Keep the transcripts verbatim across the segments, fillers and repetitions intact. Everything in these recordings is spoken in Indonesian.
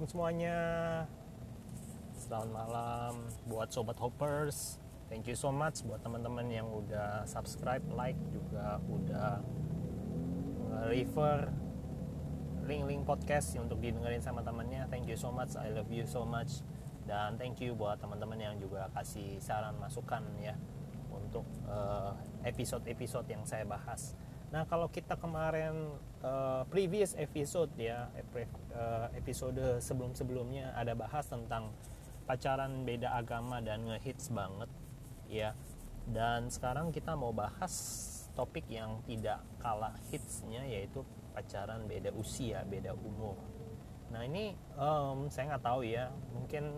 Assalamualaikum semuanya. Selamat malam buat Sobat Hoppers. Thank you so much buat teman-teman yang udah subscribe, like, juga udah refer link-link podcast untuk didengerin sama temannya. Thank you so much, I love you so much. Dan thank you buat teman-teman yang juga kasih saran masukan ya untuk uh, episode-episode yang saya bahas. Nah, kalau kita kemarin uh, previous episode ya, episode sebelum-sebelumnya ada bahas tentang pacaran beda agama dan ngehits banget ya. Dan sekarang kita mau bahas topik yang tidak kalah hitsnya, yaitu pacaran beda usia, beda umur. Nah, ini um, saya nggak tahu ya, mungkin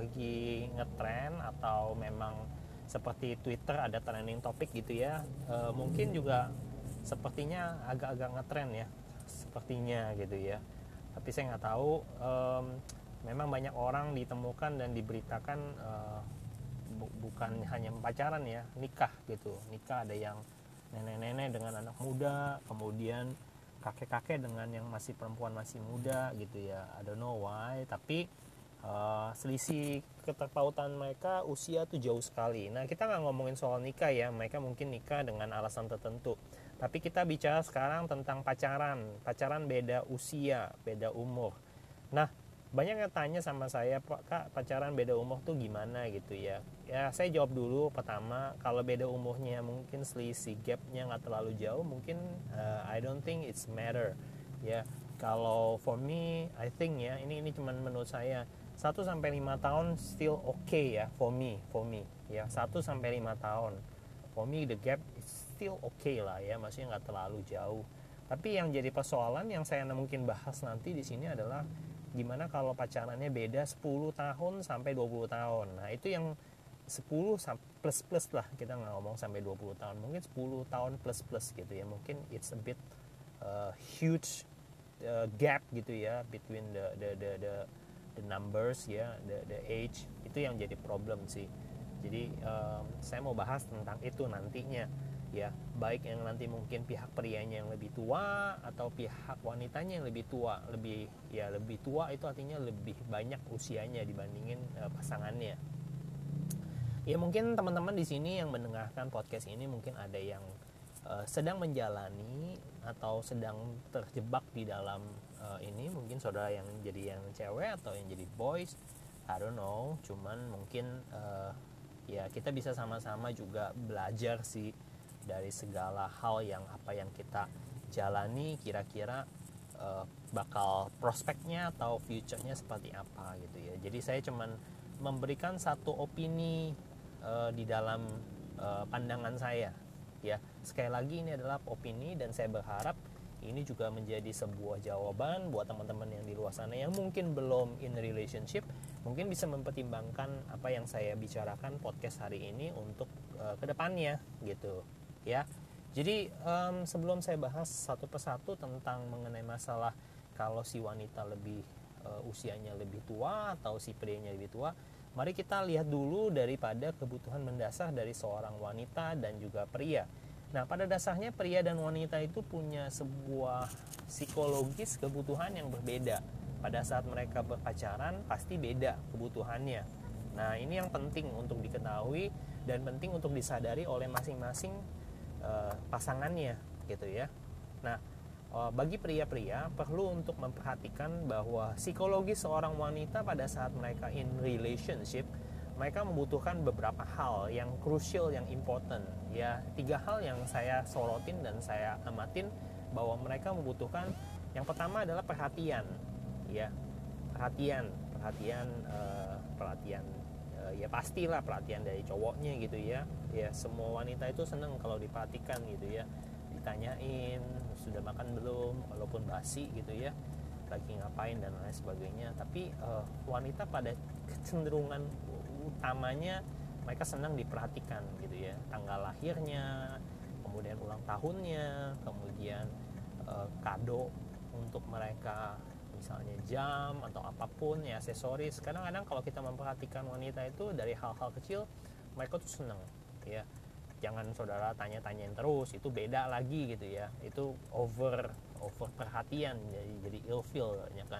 lagi ngetren atau memang seperti Twitter ada trending topik gitu ya. Uh, mungkin juga sepertinya agak-agak ngetren ya, sepertinya gitu ya. Tapi saya nggak tahu. Um, memang banyak orang ditemukan dan diberitakan uh, bu- bukan hanya pacaran ya, nikah gitu. Nikah ada yang nenek-nenek dengan anak muda, kemudian kakek-kakek dengan yang masih perempuan masih muda gitu ya. I don't know why, tapi uh, selisih keterpautan mereka usia tuh jauh sekali. Nah, kita nggak ngomongin soal nikah ya, mereka mungkin nikah dengan alasan tertentu. Tapi kita bicara sekarang tentang pacaran, pacaran beda usia, beda umur. Nah, banyak yang tanya sama saya, Pak, Kak, pacaran beda umur tuh gimana gitu ya. Ya, saya jawab dulu. Pertama, kalau beda umurnya mungkin selisih gapnya nggak terlalu jauh, mungkin uh, I don't think it's matter. Ya, kalau for me, I think ya, ini ini cuman menurut saya, satu sampai lima tahun still okay ya, for me, for me. Ya, satu sampai lima tahun. For me the gap is still okay lah ya, maksudnya nggak terlalu jauh. Tapi yang jadi persoalan yang saya mungkin bahas nanti di sini adalah gimana kalau pacarannya beda sepuluh tahun sampai dua puluh tahun. Nah, itu yang sepuluh plus plus lah, kita nggak ngomong sampai dua puluh tahun, mungkin sepuluh tahun plus plus gitu ya. Mungkin it's a bit uh, huge uh, gap gitu ya between the the the the, the numbers ya, the the age. Itu yang jadi problem sih. Jadi um, saya mau bahas tentang itu nantinya ya, baik yang nanti mungkin pihak prianya yang lebih tua atau pihak wanitanya yang lebih tua. Lebih ya, lebih tua itu artinya lebih banyak usianya dibandingin uh, pasangannya. Ya, mungkin teman-teman di sini yang mendengarkan podcast ini mungkin ada yang uh, sedang menjalani atau sedang terjebak di dalam uh, ini, mungkin saudara yang jadi yang cewek atau yang jadi boys, I don't know. Cuman mungkin uh, ya kita bisa sama-sama juga belajar sih dari segala hal yang apa yang kita jalani, kira-kira uh, bakal prospeknya atau future-nya seperti apa gitu ya. Jadi saya cuman memberikan satu opini uh, di dalam uh, pandangan saya ya. Sekali lagi ini adalah opini, dan saya berharap ini juga menjadi sebuah jawaban buat teman-teman yang di luar sana yang mungkin belum in relationship, mungkin bisa mempertimbangkan apa yang saya bicarakan podcast hari ini untuk uh, kedepannya gitu ya. Jadi um, sebelum saya bahas satu persatu tentang mengenai masalah kalau si wanita lebih uh, usianya lebih tua atau si prianya lebih tua, mari kita lihat dulu daripada kebutuhan mendasar dari seorang wanita dan juga pria. Nah, pada dasarnya pria dan wanita itu punya sebuah psikologis kebutuhan yang berbeda. Pada saat mereka berpacaran pasti beda kebutuhannya. Nah, ini yang penting untuk diketahui dan penting untuk disadari oleh masing-masing uh, pasangannya gitu ya. Nah, uh, bagi pria-pria perlu untuk memperhatikan bahwa psikologis seorang wanita pada saat mereka in relationship, mereka membutuhkan beberapa hal yang crucial, yang important ya. Tiga hal yang saya sorotin dan saya amatin bahwa mereka membutuhkan. Yang pertama adalah perhatian ya, perhatian perhatian uh, perhatian uh, ya pastilah perhatian dari cowoknya gitu ya. Ya, semua wanita itu seneng kalau diperhatikan gitu ya, ditanyain sudah makan belum, walaupun basi gitu ya, lagi ngapain dan lain sebagainya. Tapi uh, wanita pada kecenderungan utamanya mereka senang diperhatikan gitu ya, tanggal lahirnya, kemudian ulang tahunnya, kemudian uh, kado untuk mereka, misalnya jam atau apapun ya, aksesoris. Kadang-kadang kalau kita memperhatikan wanita itu dari hal-hal kecil, mereka tuh senang ya. Jangan saudara tanya-tanyain terus, itu beda lagi gitu ya, itu over over perhatian, jadi jadi ilfeel ya kan.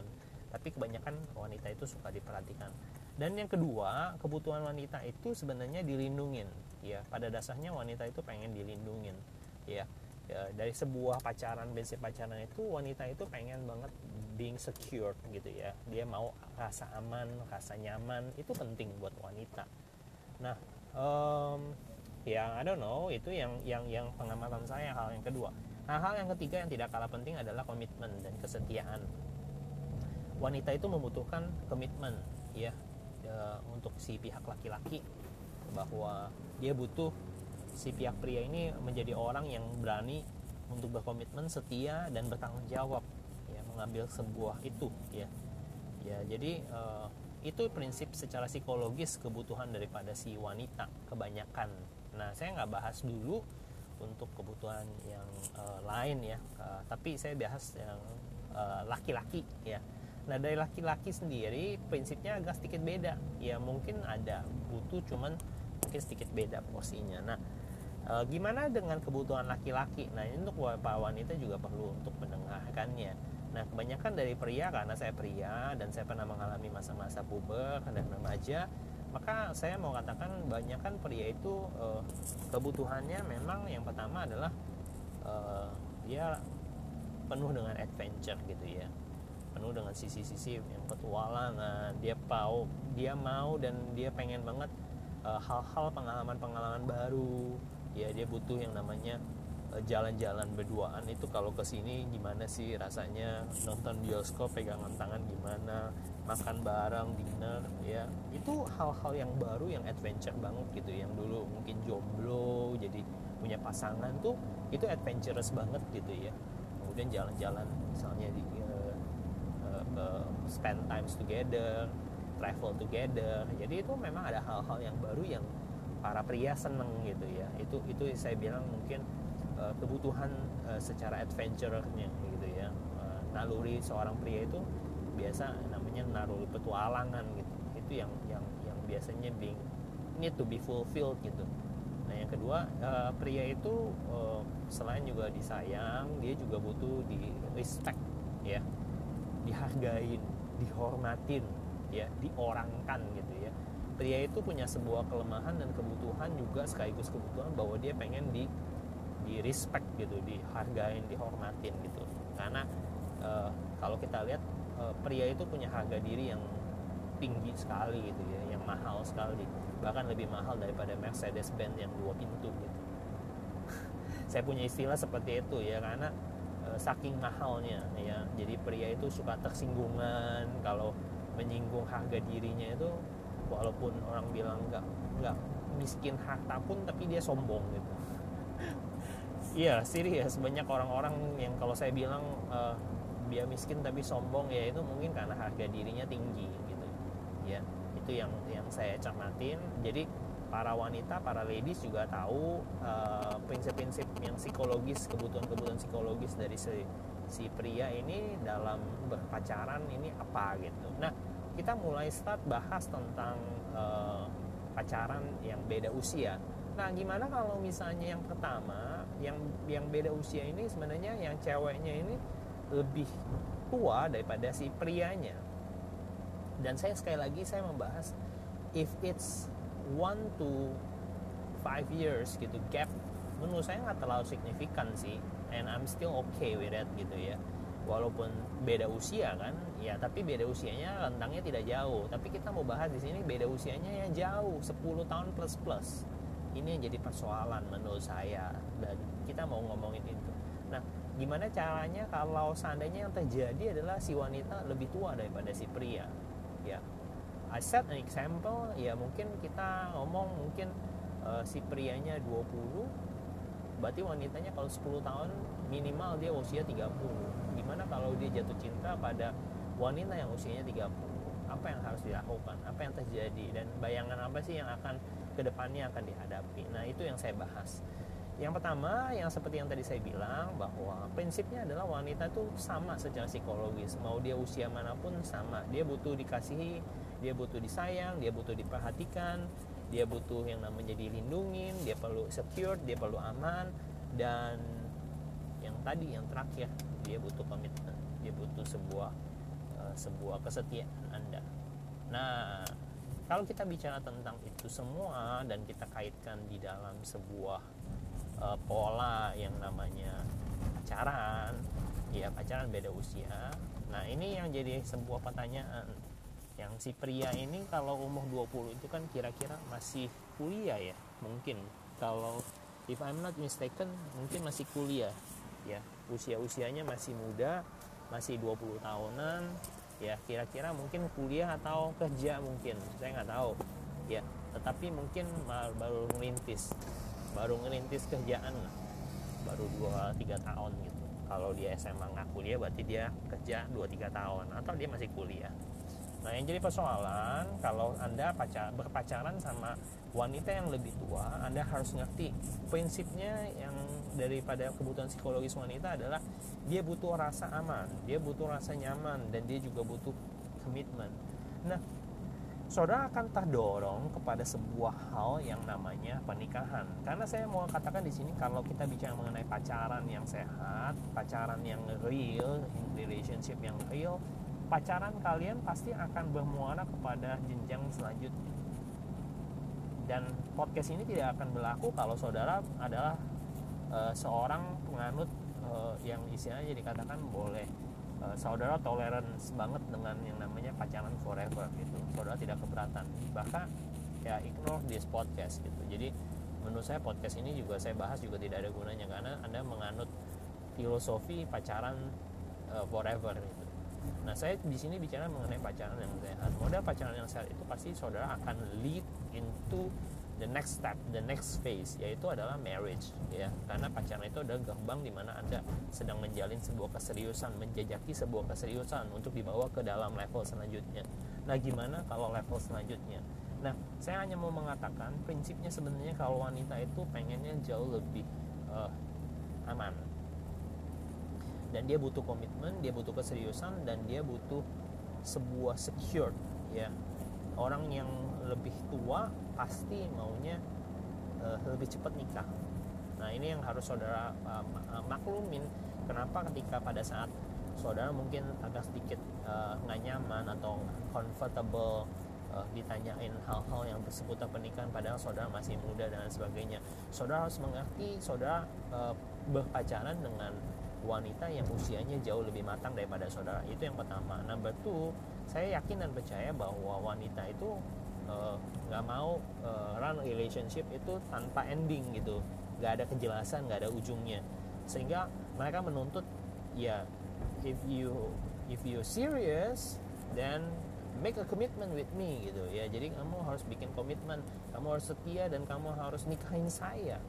tapi kebanyakan wanita itu suka diperhatikan. Dan yang kedua, kebutuhan wanita itu sebenarnya dilindungin ya. Pada dasarnya wanita itu pengen dilindungin ya. Ya, dari sebuah pacaran, basic pacaran itu wanita itu pengen banget being secure gitu ya. Dia mau rasa aman, rasa nyaman, itu penting buat wanita. Nah, um, ya I don't know, itu yang yang yang pengamatan saya hal yang kedua. Nah, hal yang ketiga yang tidak kalah penting adalah komitmen dan kesetiaan. Wanita itu membutuhkan komitmen ya, ya untuk si pihak laki-laki, bahwa dia butuh si pihak pria ini menjadi orang yang berani untuk berkomitmen, setia dan bertanggung jawab ya, mengambil sebuah itu ya. Ya, jadi uh, itu prinsip secara psikologis kebutuhan daripada si wanita kebanyakan. Nah, saya nggak bahas dulu untuk kebutuhan yang uh, lain ya, uh, tapi saya bahas yang uh, laki-laki ya. Nah, dari laki-laki sendiri prinsipnya agak sedikit beda ya, mungkin ada butuh cuman mungkin sedikit beda porsinya. Nah, e, gimana dengan kebutuhan laki-laki? Nah, ini untuk para wanita juga perlu untuk mendengarkannya. Nah, kebanyakan dari pria, karena saya pria dan saya pernah mengalami masa-masa puber dan remaja, maka saya mau katakan kebanyakan pria itu e, kebutuhannya memang yang pertama adalah e, dia penuh dengan adventure gitu ya, penuh dengan sisi-sisi yang petualangan. Dia mau, dia mau dan dia pengen banget uh, hal-hal pengalaman-pengalaman baru. Ya, dia butuh yang namanya uh, jalan-jalan berduaan. Itu kalau kesini gimana sih rasanya, nonton bioskop pegangan tangan gimana, makan bareng, dinner ya. Itu hal-hal yang baru, yang adventure banget gitu. Yang dulu mungkin jomblo jadi punya pasangan tuh, itu adventurous banget gitu ya. Kemudian jalan-jalan misalnya di Uh, spend times together, travel together. Jadi itu memang ada hal-hal yang baru yang para pria seneng gitu ya. Itu itu saya bilang mungkin uh, kebutuhan uh, secara adventure-nya gitu ya. Uh, naluri seorang pria itu biasa namanya naluri petualangan gitu. Itu yang yang yang biasanya being need to be fulfilled gitu. Nah, yang kedua, uh, pria itu uh, selain juga disayang, dia juga butuh di respect ya, dihargain, dihormatin ya, diorangkan gitu ya. Pria itu punya sebuah kelemahan dan kebutuhan juga sekaligus kebutuhan bahwa dia pengen di di respect gitu, dihargain, dihormatin gitu. Karena uh, kalau kita lihat uh, pria itu punya harga diri yang tinggi sekali gitu ya, yang mahal sekali, bahkan lebih mahal daripada Mercedes-Benz yang dua pintu gitu. Saya punya istilah seperti itu ya, karena saking mahalnya ya. Jadi pria itu suka tersinggungan kalau menyinggung harga dirinya itu, walaupun orang bilang nggak nggak miskin harta pun, tapi dia sombong gitu. Iya, serius, banyak orang-orang yang kalau saya bilang uh, dia miskin tapi sombong, ya itu mungkin karena harga dirinya tinggi gitu ya. Itu yang yang saya cermatin. Jadi para wanita, para ladies juga tahu uh, prinsip-prinsip yang psikologis, kebutuhan-kebutuhan psikologis dari si, si pria ini dalam berpacaran ini apa gitu. Nah, kita mulai start bahas tentang uh, pacaran yang beda usia. Nah, gimana kalau misalnya yang pertama, yang yang beda usia ini sebenarnya yang ceweknya ini lebih tua daripada si prianya. Dan saya sekali lagi saya membahas if it's one to five years gitu gap, menurut saya nggak terlalu signifikan sih, and I'm still okay with that gitu ya. Walaupun beda usia kan ya, tapi beda usianya rentangnya tidak jauh. Tapi kita mau bahas di sini beda usianya yang jauh, sepuluh tahun plus plus. Ini yang jadi persoalan menurut saya, dan kita mau ngomongin itu. Nah, gimana caranya kalau seandainya yang terjadi adalah si wanita lebih tua daripada si pria ya. I set an example ya, mungkin kita ngomong mungkin uh, si prianya dua puluh, berarti wanitanya kalau sepuluh tahun minimal dia usia tiga puluh. Gimana kalau dia jatuh cinta pada wanita yang usianya tiga puluh? Apa yang harus dilakukan? Apa yang terjadi? Dan bayangan apa sih yang akan kedepannya akan dihadapi? Nah, itu yang saya bahas. Yang pertama, yang seperti yang tadi saya bilang, bahwa prinsipnya adalah wanita itu sama secara psikologis. Mau dia usia manapun sama. Dia butuh dikasihi, dia butuh disayang, dia butuh diperhatikan, dia butuh yang namanya dilindungin, dia perlu secure, dia perlu aman, dan yang tadi, yang terakhir, dia butuh komitmen, dia butuh sebuah uh, sebuah kesetiaan Anda. Nah, kalau kita bicara tentang itu semua dan kita kaitkan di dalam sebuah uh, pola yang namanya pacaran, ya pacaran beda usia. Nah, ini yang jadi sebuah pertanyaan. Yang si pria ini kalau umur dua puluh itu kan kira-kira masih kuliah ya, mungkin. Kalau if I'm not mistaken mungkin masih kuliah ya, usia-usianya masih muda, masih dua puluh tahunan ya, kira-kira mungkin kuliah atau kerja mungkin, saya nggak tahu ya, tetapi mungkin baru ngerintis baru ngerintis kerjaan lah, baru dua tiga tahun gitu. Kalau dia S M A nggak kuliah berarti dia kerja dua tiga tahun, atau dia masih kuliah. Nah, yang jadi persoalan kalau Anda pacar, berpacaran sama wanita yang lebih tua, Anda harus ngerti prinsipnya yang daripada kebutuhan psikologis wanita adalah dia butuh rasa aman, dia butuh rasa nyaman, dan dia juga butuh komitmen. Nah, saudara akan terdorong kepada sebuah hal yang namanya pernikahan. Karena saya mau katakan di sini, kalau kita bicara mengenai pacaran yang sehat, pacaran yang real, relationship yang real, pacaran kalian pasti akan bermuara kepada jenjang selanjutnya. Dan podcast ini tidak akan berlaku kalau saudara adalah uh, seorang penganut uh, yang istilahnya dikatakan boleh uh, saudara tolerance banget dengan yang namanya pacaran forever gitu. Saudara tidak keberatan, bahkan ya ignore this podcast gitu. Jadi menurut saya podcast ini juga saya bahas juga tidak ada gunanya, karena Anda menganut filosofi pacaran uh, forever gitu. Nah, saya di sini bicara mengenai pacaran yang sehat. Model pacaran yang sehat itu pasti saudara akan lead into the next step, the next phase, yaitu adalah marriage ya. Karena pacaran itu adalah gerbang di mana Anda sedang menjalin sebuah keseriusan, menjajaki sebuah keseriusan untuk dibawa ke dalam level selanjutnya. Nah, gimana kalau level selanjutnya? Nah, saya hanya mau mengatakan prinsipnya sebenarnya kalau wanita itu pengennya jauh lebih uh, aman. Dan dia butuh komitmen, dia butuh keseriusan, dan dia butuh sebuah secure ya. Orang yang lebih tua pasti maunya uh, lebih cepat nikah. Nah, ini yang harus saudara uh, maklumin. Kenapa ketika pada saat saudara mungkin agak sedikit uh, nggak nyaman atau comfortable uh, ditanyain hal-hal yang seputar pernikahan padahal saudara masih muda dan sebagainya. Saudara harus mengerti saudara uh, berpacaran dengan wanita yang usianya jauh lebih matang daripada saudara. Itu yang pertama. Number two, saya yakin dan percaya bahwa wanita itu nggak uh, mau uh, run relationship itu tanpa ending gitu, nggak ada kejelasan, nggak ada ujungnya, sehingga mereka menuntut ya, if you if you serious then make a commitment with me gitu ya. Jadi kamu harus bikin komitmen, kamu harus setia, dan kamu harus nikahin saya.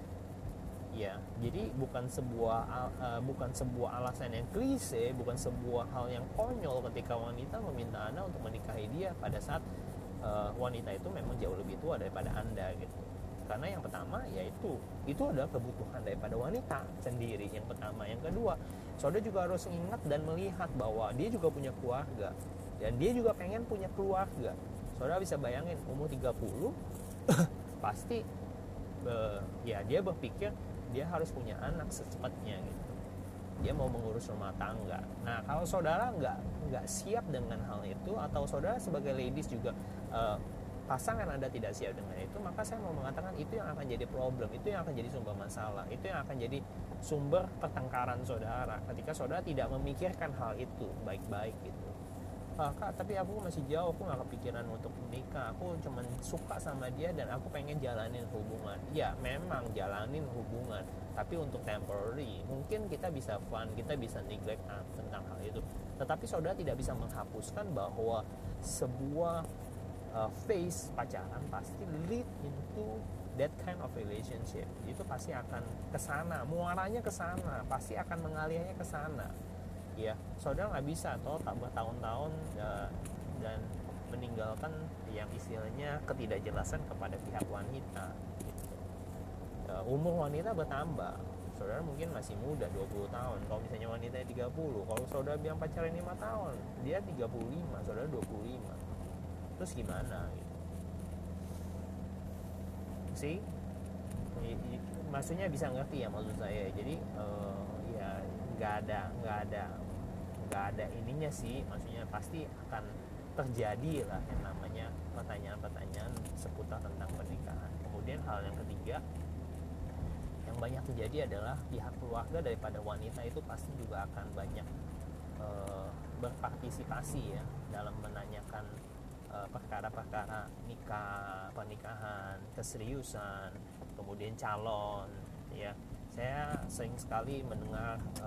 Ya, jadi bukan sebuah uh, bukan sebuah alasan yang klise, bukan sebuah hal yang konyol ketika wanita meminta Anda untuk menikahi dia pada saat uh, wanita itu memang jauh lebih tua daripada Anda gitu. Karena yang pertama yaitu itu adalah kebutuhan daripada wanita sendiri. Yang pertama, yang kedua, saudara juga harus ingat dan melihat bahwa dia juga punya keluarga dan dia juga pengen punya keluarga. Saudara bisa bayangin umur tiga puluh pasti uh, ya dia berpikir dia harus punya anak secepatnya gitu. Dia mau mengurus rumah tangga. Nah, kalau saudara nggak nggak siap dengan hal itu, atau saudara sebagai ladies juga uh, pasangan Anda tidak siap dengan itu, maka saya mau mengatakan itu yang akan jadi problem, itu yang akan jadi sumber masalah, itu yang akan jadi sumber pertengkaran saudara ketika saudara tidak memikirkan hal itu baik-baik gitu. Ah, Kak, tapi aku masih jauh, aku gak kepikiran untuk menikah, aku cuma suka sama dia dan aku pengen jalanin hubungan. Ya, memang jalanin hubungan, tapi untuk temporary. Mungkin kita bisa fun, kita bisa neglect tentang hal itu, tetapi saudara tidak bisa menghapuskan bahwa sebuah uh, phase pacaran pasti lead into that kind of relationship. Itu pasti akan kesana, muaranya kesana, pasti akan mengalirnya kesana. Ya, saudara nggak bisa toh tak bertahun-tahun uh, dan meninggalkan yang istilahnya ketidakjelasan kepada pihak wanita gitu. Uh, umur wanita bertambah, saudara mungkin masih muda dua puluh tahun, kalau misalnya wanita tiga puluh, kalau saudara bilang pacaran lima tahun, dia tiga puluh lima, saudara dua puluh lima, terus gimana gitu sih? Maksudnya bisa ngerti ya maksud saya. Jadi uh, ya nggak ada nggak ada nggak ada ininya sih, maksudnya pasti akan terjadi lah yang namanya pertanyaan-pertanyaan seputar tentang pernikahan. Kemudian hal yang ketiga yang banyak terjadi adalah pihak keluarga daripada wanita itu pasti juga akan banyak e, berpartisipasi ya dalam menanyakan e, perkara-perkara nikah, pernikahan, keseriusan, kemudian calon ya. Saya sering sekali mendengar e,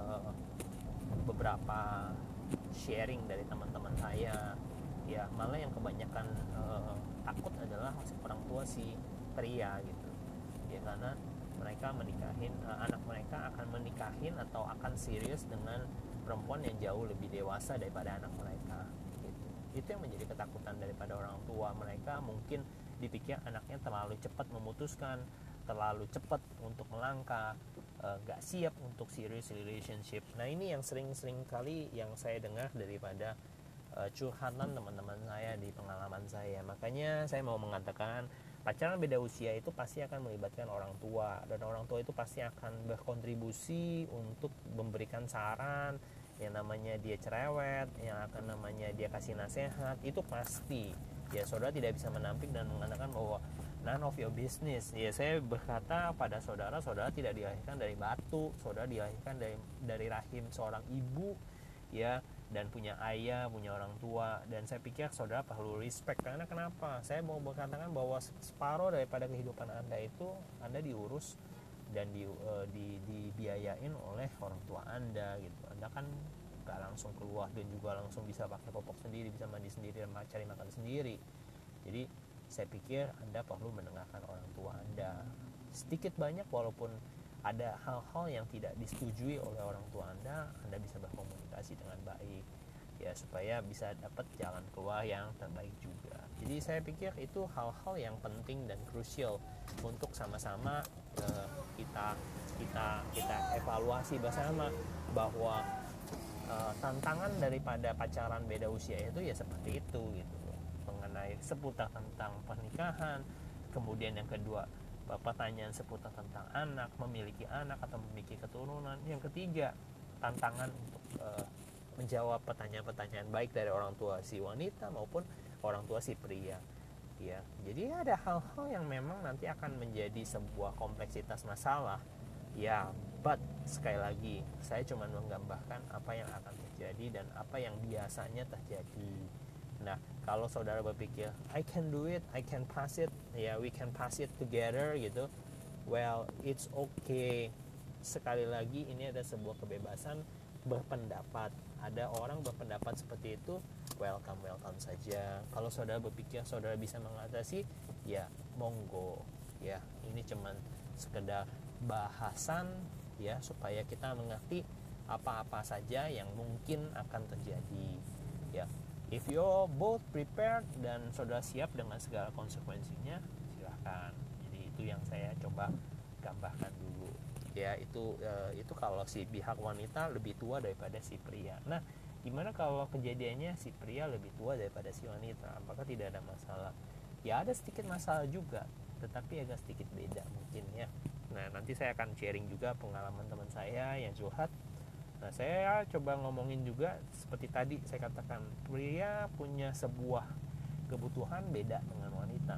beberapa sharing dari teman-teman saya ya, malah yang kebanyakan e, takut adalah orang tua si pria gitu ya, karena mereka menikahin uh, anak mereka akan menikahin atau akan serius dengan perempuan yang jauh lebih dewasa daripada anak mereka gitu. Itu yang menjadi ketakutan daripada orang tua mereka. Mungkin dipikir anaknya terlalu cepat memutuskan, terlalu cepat untuk melangkah, nggak uh, siap untuk serious relationship. Nah ini yang sering-sering kali yang saya dengar daripada uh, curhatan teman-teman saya di pengalaman saya. Makanya saya mau mengatakan pacaran beda usia itu pasti akan melibatkan orang tua, dan orang tua itu pasti akan berkontribusi untuk memberikan saran, yang namanya dia cerewet, yang akan namanya dia kasih nasihat, itu pasti ya. Saudara tidak bisa menampik dan mengatakan bahwa none of your business ya. Saya berkata pada saudara, saudara tidak dilahirkan dari batu, saudara dilahirkan dari dari rahim seorang ibu ya, dan punya ayah, punya orang tua. Dan saya pikir saudara perlu respect, karena kenapa? Saya mau berkatakan bahwa separuh daripada kehidupan Anda itu Anda diurus dan di, uh, di, dibiayain oleh orang tua Anda gitu. Anda kan gak langsung keluar dan juga langsung bisa pakai popok sendiri, bisa mandi sendiri, dan cari makan sendiri. Jadi saya pikir Anda perlu mendengarkan orang tua Anda sedikit banyak, walaupun ada hal-hal yang tidak disetujui oleh orang tua Anda, Anda bisa berkomunikasi dengan baik ya, supaya bisa dapat jalan keluar yang terbaik juga. Jadi saya pikir itu hal-hal yang penting dan krusial untuk sama-sama uh, kita kita kita evaluasi bersama, bahwa uh, tantangan daripada pacaran beda usia itu ya seperti itu gitu, mengenai seputar tentang pernikahan. Kemudian yang kedua, pertanyaan seputar tentang anak, memiliki anak atau memiliki keturunan. Yang ketiga, tantangan untuk uh, menjawab pertanyaan-pertanyaan baik dari orang tua si wanita maupun orang tua si pria ya. Jadi ada hal-hal yang memang nanti akan menjadi sebuah kompleksitas masalah ya, but sekali lagi saya cuma menggambarkan apa yang akan terjadi dan apa yang biasanya terjadi. Nah, kalau saudara berpikir I can do it, I can pass it, ya yeah, we can pass it together gitu, well it's okay. Sekali lagi ini ada sebuah kebebasan berpendapat. Ada orang berpendapat seperti itu, welcome welcome saja. Kalau saudara berpikir saudara bisa mengatasi, ya monggo ya. Ini cuman sekedar bahasan ya, supaya kita mengerti apa-apa saja yang mungkin akan terjadi ya. If you're both prepared dan saudara siap dengan segala konsekuensinya, silahkan. Jadi itu yang saya coba gambarkan dulu ya. Itu uh, itu kalau si pihak wanita lebih tua daripada si pria. Nah, gimana kalau kejadiannya si pria lebih tua daripada si wanita? Apakah tidak ada masalah? Ya ada sedikit masalah juga, tetapi agak sedikit beda mungkin ya. Nah, nanti saya akan sharing juga pengalaman teman saya yang curhat. Nah, saya coba ngomongin juga seperti tadi saya katakan, pria punya sebuah kebutuhan beda dengan wanita.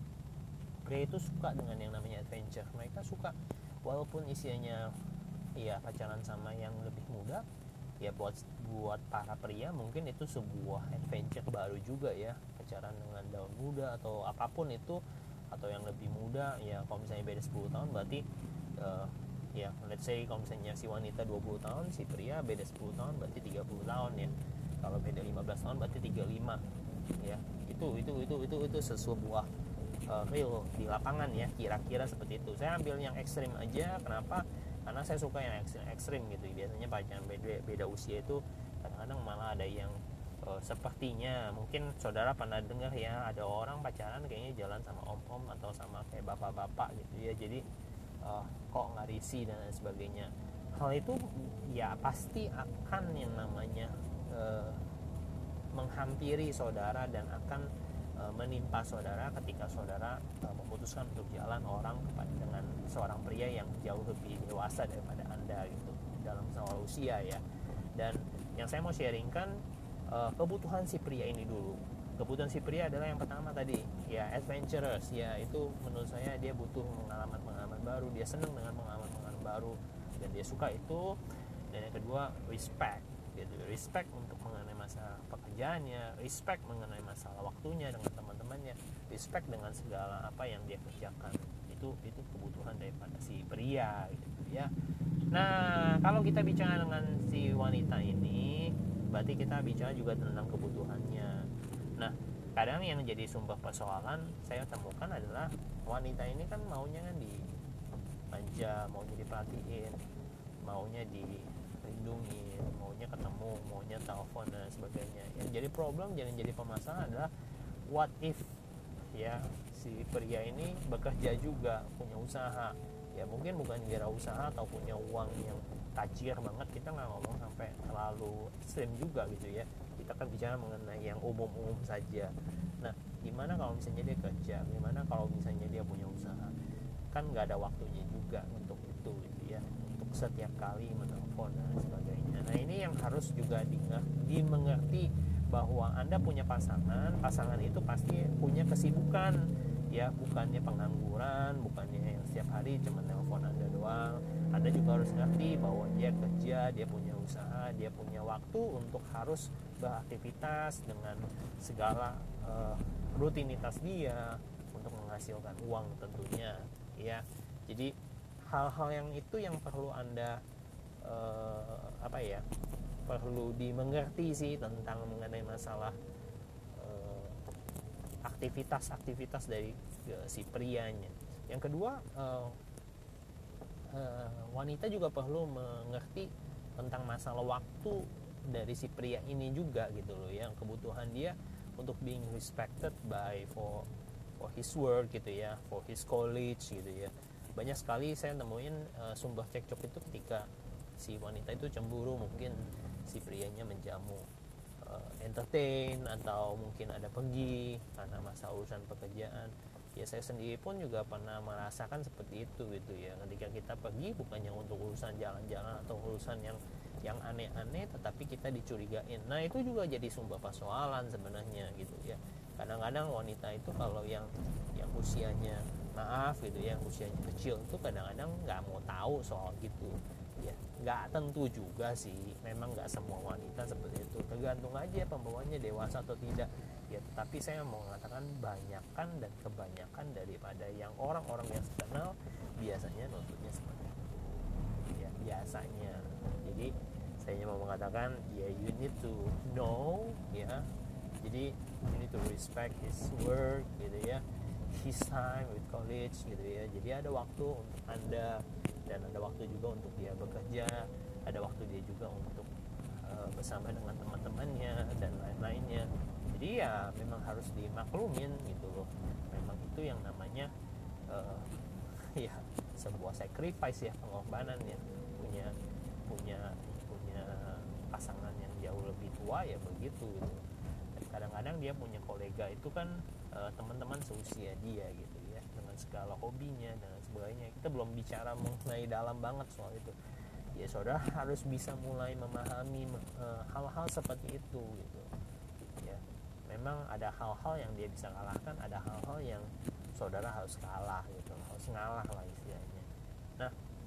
Pria itu suka dengan yang namanya adventure. Mereka suka walaupun isinya ya pacaran sama yang lebih muda, ya buat buat para pria mungkin itu sebuah adventure baru juga ya, pacaran dengan daun muda atau apapun itu, atau yang lebih muda ya. Kalau misalnya beda sepuluh tahun berarti uh, ya let's say kalau misalnya si wanita dua puluh tahun, si pria beda sepuluh tahun berarti tiga puluh tahun ya. Kalau beda lima belas tahun berarti tiga puluh lima ya. Itu itu itu itu itu sebuah uh, real di lapangan ya, kira-kira seperti itu. Saya ambil yang ekstrim aja. Kenapa? Karena saya suka yang ekstrim, ekstrim gitu. Biasanya pacaran beda, beda usia itu kadang-kadang malah ada yang uh, sepertinya mungkin saudara pernah dengar ya, ada orang pacaran kayaknya jalan sama om-om atau sama kayak bapak-bapak gitu ya. Jadi Uh, kok nggak risih dan lain sebagainya. Hal itu ya pasti akan yang namanya uh, menghampiri saudara dan akan uh, menimpa saudara ketika saudara uh, memutuskan untuk jalan orang kepada dengan seorang pria yang jauh lebih dewasa daripada Anda gitu dalam soal usia ya. Dan yang saya mau sharingkan uh, kebutuhan si pria ini dulu. Kebutuhan si pria adalah yang pertama tadi, ya adventurous, ya itu menurut saya dia butuh pengalaman-pengalaman baru, dia senang dengan pengalaman-pengalaman baru dan dia suka itu. Dan yang kedua respect, gitu, respect untuk mengenai masalah pekerjaannya, respect mengenai masalah waktunya dengan teman-temannya, respect dengan segala apa yang dia kerjakan. Itu itu kebutuhan daripada si pria, gitu ya. Nah, kalau kita bicara dengan si wanita ini, berarti kita bicara juga tentang kebutuhannya. Nah, kadang yang jadi sumber persoalan saya temukan adalah wanita ini kan maunya kan dimanja, maunya diperhatiin, maunya dilindungi, maunya ketemu, maunya telepon dan sebagainya. Yang jadi problem, yang jadi permasalahan adalah what if ya si pria ini bekerja juga, punya usaha. Ya mungkin bukan wirausaha atau punya uang yang tajir banget, kita nggak ngomong sampai terlalu ekstrim juga gitu ya, kita kan bicara mengenai yang umum-umum saja. Nah, gimana kalau misalnya dia kerja, gimana kalau misalnya dia punya usaha, kan nggak ada waktunya juga untuk itu gitu ya, untuk setiap kali menelpon dan sebagainya. Nah, ini yang harus juga dimengerti bahwa Anda punya pasangan, pasangan itu pasti punya kesibukan ya, bukannya pengangguran, bukannya yang setiap hari cuma telepon Anda doang. Anda juga harus ngerti bahwa dia kerja, dia punya usaha, dia punya waktu untuk harus beraktivitas dengan segala uh, rutinitas dia untuk menghasilkan uang tentunya ya. Jadi hal-hal yang itu yang perlu Anda uh, apa ya perlu dimengerti sih tentang mengenai masalah aktivitas-aktivitas dari uh, si prianya. Yang kedua, uh, uh, wanita juga perlu mengerti tentang masalah waktu dari si pria ini juga gitu loh, yang kebutuhan dia untuk being respected by for for his work gitu ya, for his college gitu ya. Banyak sekali saya nemuin uh, sumber cekcok itu ketika si wanita itu cemburu, mungkin si prianya menjamu entertain atau mungkin ada pergi karena masa urusan pekerjaan. Ya saya sendiri pun juga pernah merasakan seperti itu gitu ya, ketika kita pergi bukannya untuk urusan jalan-jalan atau urusan yang yang aneh-aneh, tetapi kita dicurigain. Nah itu juga jadi sumber persoalan sebenarnya gitu ya. Kadang-kadang wanita itu kalau yang yang usianya maaf gitu ya, yang usianya kecil itu kadang-kadang nggak mau tahu soal gitu ya. Nggak tentu juga sih, memang nggak semua wanita seperti itu, tergantung aja pembawanya dewasa atau tidak ya. Tapi saya mau mengatakan banyakkan dan kebanyakan daripada yang orang-orang yang saya kenal biasanya nuntutnya seperti itu ya, biasanya. Jadi saya mau mengatakan ya, you need to know ya, jadi you need to respect his work gitu ya, his time with college gitu ya. Jadi ada waktu untuk Anda dan ada waktu juga untuk dia bekerja, ada waktu dia juga untuk uh, bersama dengan teman-temannya dan lain-lainnya. Jadi ya memang harus dimaklumin gitu loh. Memang itu yang namanya uh, ya sebuah sacrifice ya, pengorbanan ya. Punya punya punya pasangan yang jauh lebih tua ya begitu gitu. Dan kadang-kadang dia punya kolega itu kan uh, teman-teman seusia dia gitu ya, dengan segala hobinya dan sebagainya. Kita belum bicara mengenai dalam banget soal itu ya. Saudara harus bisa mulai memahami uh, hal-hal seperti itu gitu ya. Memang ada hal-hal yang dia bisa kalahkan, ada hal-hal yang saudara harus kalah gitu, harus ngalah lah istilahnya. Nah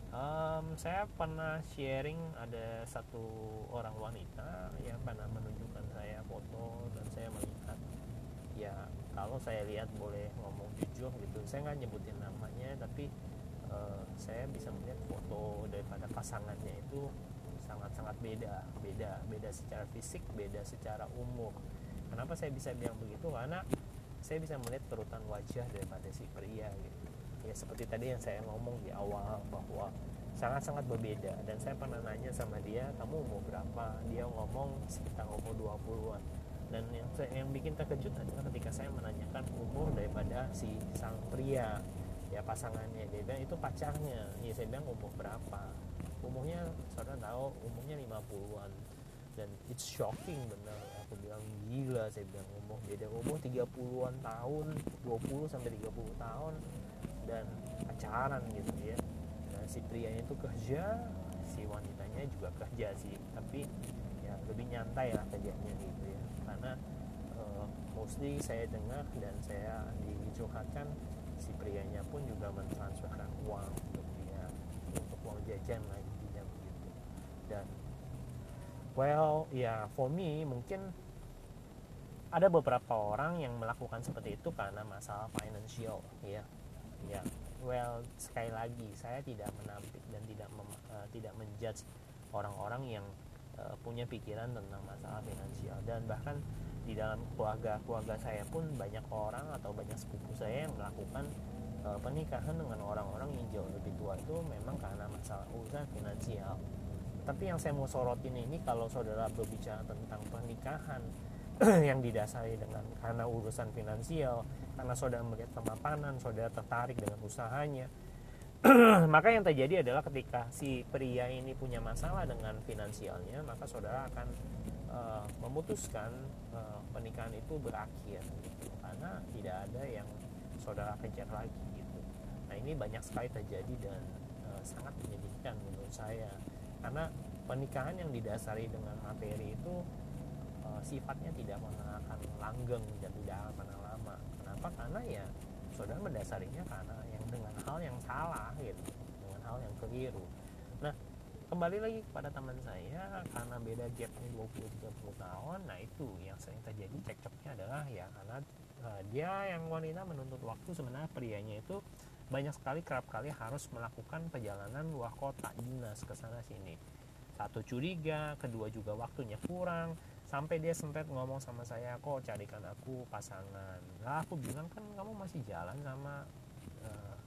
um, saya pernah sharing, ada satu orang wanita yang pernah menunjukkan saya foto dan saya melihat ya, kalau saya lihat boleh ngomong jujur gitu, saya nggak nyebutin namanya, tapi uh, saya bisa melihat foto daripada pasangannya itu sangat-sangat beda, beda, beda secara fisik, beda secara umur. Kenapa saya bisa bilang begitu? Karena saya bisa melihat kerutan wajah daripada si pria gitu. Ya seperti tadi yang saya ngomong di awal bahwa sangat-sangat berbeda. Dan saya pernah nanya sama dia, kamu umur berapa? Dia ngomong sekitar umur dua puluhan. Dan yang yang bikin terkejut adalah ketika saya menanyakan umur daripada si sang pria ya, pasangannya. Dia bilang itu pacarnya. Ya saya bilang umur berapa? Umurnya saudara tahu, umurnya lima puluhan. Dan it's shocking benar. Aku bilang gila, saya bilang umur beda umur tiga puluhan tahun, dua puluh sampai tiga puluh tahun dan pacaran gitu ya. Dan si prianya itu kerja, si wanitanya juga kerja sih, tapi ya lebih nyantai lah kerjanya gitu ya, karena uh, mostly saya dengar dan saya dicurhatkan si prianya pun juga mentransferkan uang untuk dia untuk uang jajan lah intinya begitu. Dan well ya yeah, for me mungkin ada beberapa orang yang melakukan seperti itu karena masalah financial ya. Ya, well sekali lagi saya tidak menampik dan tidak mem, uh, tidak menjudge orang-orang yang uh, punya pikiran tentang masalah finansial, dan bahkan di dalam keluarga keluarga saya pun banyak orang atau banyak sepupu saya yang melakukan uh, pernikahan dengan orang-orang yang jauh lebih tua itu memang karena masalah urusan finansial. Tapi yang saya mau sorotin ini, kalau saudara berbicara tentang pernikahan yang didasari dengan karena urusan finansial, karena saudara melihat kemapanan, saudara tertarik dengan usahanya, maka yang terjadi adalah ketika si pria ini punya masalah dengan finansialnya, maka saudara akan uh, memutuskan uh, pernikahan itu berakhir gitu, karena tidak ada yang saudara kejar lagi gitu. Nah ini banyak sekali terjadi dan uh, sangat menyedihkan menurut saya, karena pernikahan yang didasari dengan materi itu sifatnya tidak akan langgeng dan tidak akan pernah lama. Kenapa? Karena ya saudara mendasarinya karena yang dengan hal yang salah gitu, dengan hal yang keliru. Nah kembali lagi kepada teman saya, karena beda gapnya dua puluh sampai tiga puluh tahun, nah itu yang sering terjadi cekcoknya adalah ya karena uh, dia yang wanita menuntut waktu, sebenarnya prianya itu banyak sekali kerap kali harus melakukan perjalanan luar kota, dinas ke sana sini. Satu curiga, kedua juga waktunya kurang, sampai dia sempat ngomong sama saya, kok carikan aku pasangan. Lah aku bilang, kan kamu masih jalan sama uh,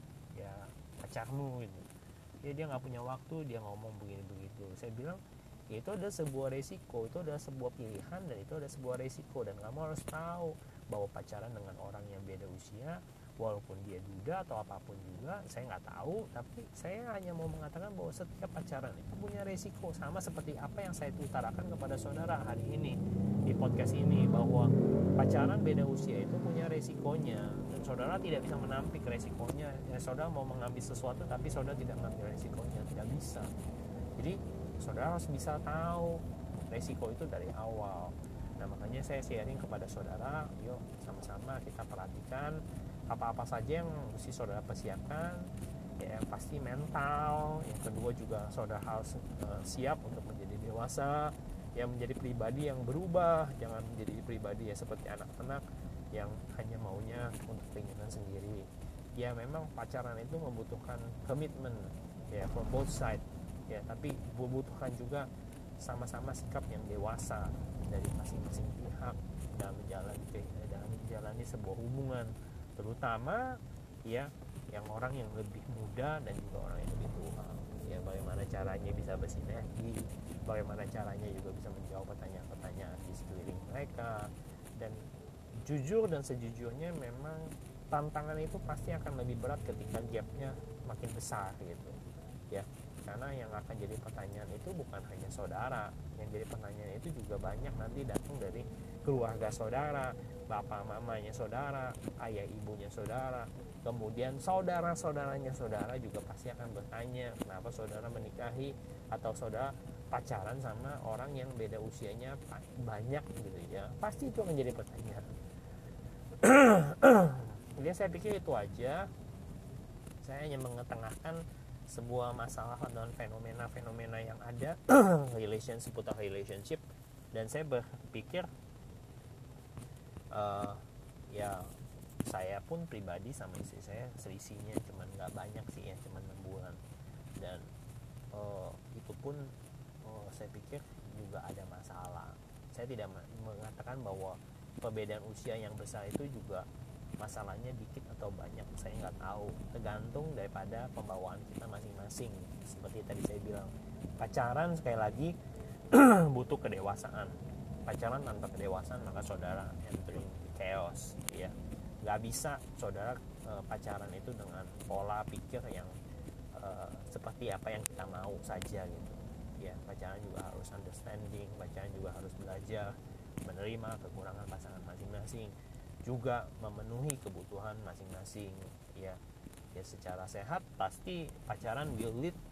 ya pacarmu gitu. Ya dia nggak punya waktu, dia ngomong begini begitu. Saya bilang ya, itu ada sebuah resiko, itu ada sebuah pilihan, dan itu ada sebuah resiko, dan kamu harus tahu bahwa pacaran dengan orang yang beda usia, walaupun dia duda atau apapun juga, saya nggak tahu, tapi saya hanya mau mengatakan bahwa setiap pacaran itu punya resiko, sama seperti apa yang saya utarakan kepada saudara hari ini di podcast ini, bahwa pacaran beda usia itu punya resikonya, dan saudara tidak bisa menampik resikonya. Ya, saudara mau mengambil sesuatu tapi saudara tidak mengambil resikonya, tidak bisa. Jadi saudara harus bisa tahu resiko itu dari awal. Nah makanya saya sharing kepada saudara, yuk sama-sama kita perhatikan apa-apa saja yang mesti saudara persiapkan. Ya yang pasti mental, yang kedua juga saudara harus uh, siap untuk menjadi dewasa, yang menjadi pribadi yang berubah, jangan menjadi pribadi ya seperti anak-anak yang hanya maunya untuk keinginan sendiri. Ya memang pacaran itu membutuhkan komitmen ya for both side ya, tapi membutuhkan juga sama-sama sikap yang dewasa dari masing-masing pihak dalam menjalani dalam menjalani sebuah hubungan, terutama ya yang orang yang lebih muda dan juga orang yang lebih tua. Ya bagaimana caranya bisa bersinergi, bagaimana caranya juga bisa menjawab pertanyaan-pertanyaan di sekeliling mereka. Dan jujur dan sejujurnya memang tantangan itu pasti akan lebih berat ketika gapnya makin besar gitu ya, karena yang akan jadi pertanyaan itu bukan hanya saudara, yang jadi pertanyaan itu juga banyak nanti datang dari keluarga saudara, bapak mamanya saudara, ayah ibunya saudara, kemudian saudara-saudaranya saudara juga pasti akan bertanya kenapa saudara menikahi atau saudara pacaran sama orang yang beda usianya banyak gitu ya, pasti itu akan jadi pertanyaan. Jadi saya pikir itu aja, saya hanya mengetengahkan sebuah masalah dan fenomena-fenomena yang ada relation seputar relationship, dan saya berpikir uh, ya saya pun pribadi sama istri saya selisihnya cuman nggak banyak sih ya, cuman enam bulan, dan uh, itu pun uh, saya pikir juga ada masalah. Saya tidak mengatakan bahwa perbedaan usia yang besar itu juga masalahnya dikit atau banyak, saya nggak tahu, tergantung daripada pembawaan kita masing-masing. Seperti tadi saya bilang, pacaran sekali lagi butuh kedewasaan. Pacaran tanpa kedewasaan maka saudara entering chaos ya. Nggak bisa saudara e, pacaran itu dengan pola pikir yang e, seperti apa yang kita mau saja gitu ya. Pacaran juga harus understanding, pacaran juga harus belajar menerima kekurangan pasangan masing-masing, juga memenuhi kebutuhan masing-masing ya. Ya secara sehat pasti pacaran will lead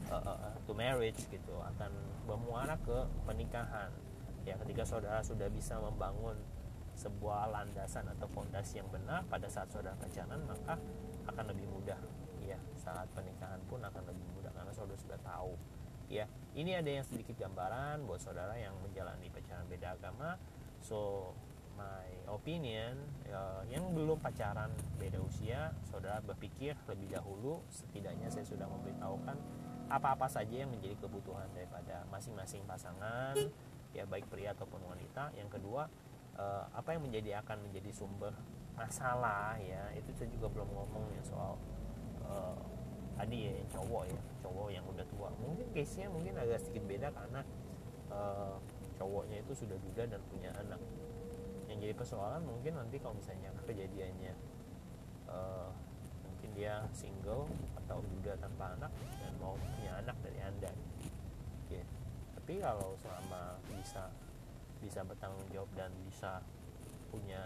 uh, uh, to marriage gitu, akan bermuara ke pernikahan. Ya, ketika saudara sudah bisa membangun sebuah landasan atau fondasi yang benar pada saat saudara pacaran, maka akan lebih mudah ya, saat pernikahan pun akan lebih mudah karena saudara sudah tahu ya. Ini ada yang sedikit gambaran buat saudara yang menjalani pacaran beda agama. So my opinion, uh, yang belum pacaran beda usia, saudara berpikir lebih dahulu. Setidaknya saya sudah memberitahukan apa-apa saja yang menjadi kebutuhan daripada masing-masing pasangan, ya baik pria ataupun wanita. Yang kedua, uh, apa yang menjadi akan menjadi sumber masalah ya, itu saya juga belum ngomong ya soal uh, tadi ya, cowok ya, cowok yang udah tua. Mungkin case-nya mungkin agak sedikit beda karena uh, cowoknya itu sudah duda dan punya anak. Yang jadi persoalan mungkin nanti kalau misalnya kejadiannya uh, mungkin dia single atau duda tanpa anak dan mau punya anak dari Anda, okay. Tapi kalau selama bisa bisa bertanggung jawab dan bisa punya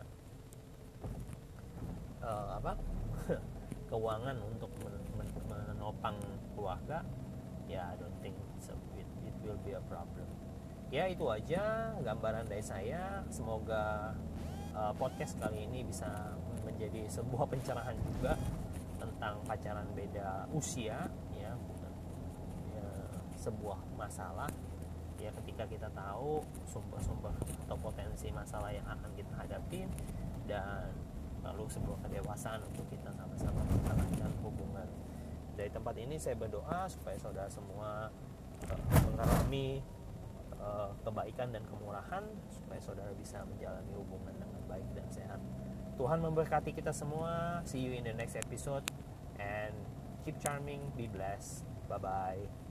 uh, apa keuangan untuk men- men- menopang keluarga, ya I don't think so it, it will be a problem. Ya itu aja gambaran dari saya. Semoga uh, podcast kali ini bisa menjadi sebuah pencerahan juga tentang pacaran beda usia ya, bukan ya, sebuah masalah ya, ketika kita tahu sumber-sumber atau potensi masalah yang akan kita hadapi, dan lalu sebuah kedewasaan untuk kita sama-sama menjalankan hubungan. Dari tempat ini saya berdoa supaya saudara semua uh, mengalami uh, kebaikan dan kemurahan, supaya saudara bisa menjalani hubungan dengan baik dan sehat. Tuhan memberkati kita semua. See you in the next episode and keep charming, be blessed. Bye bye.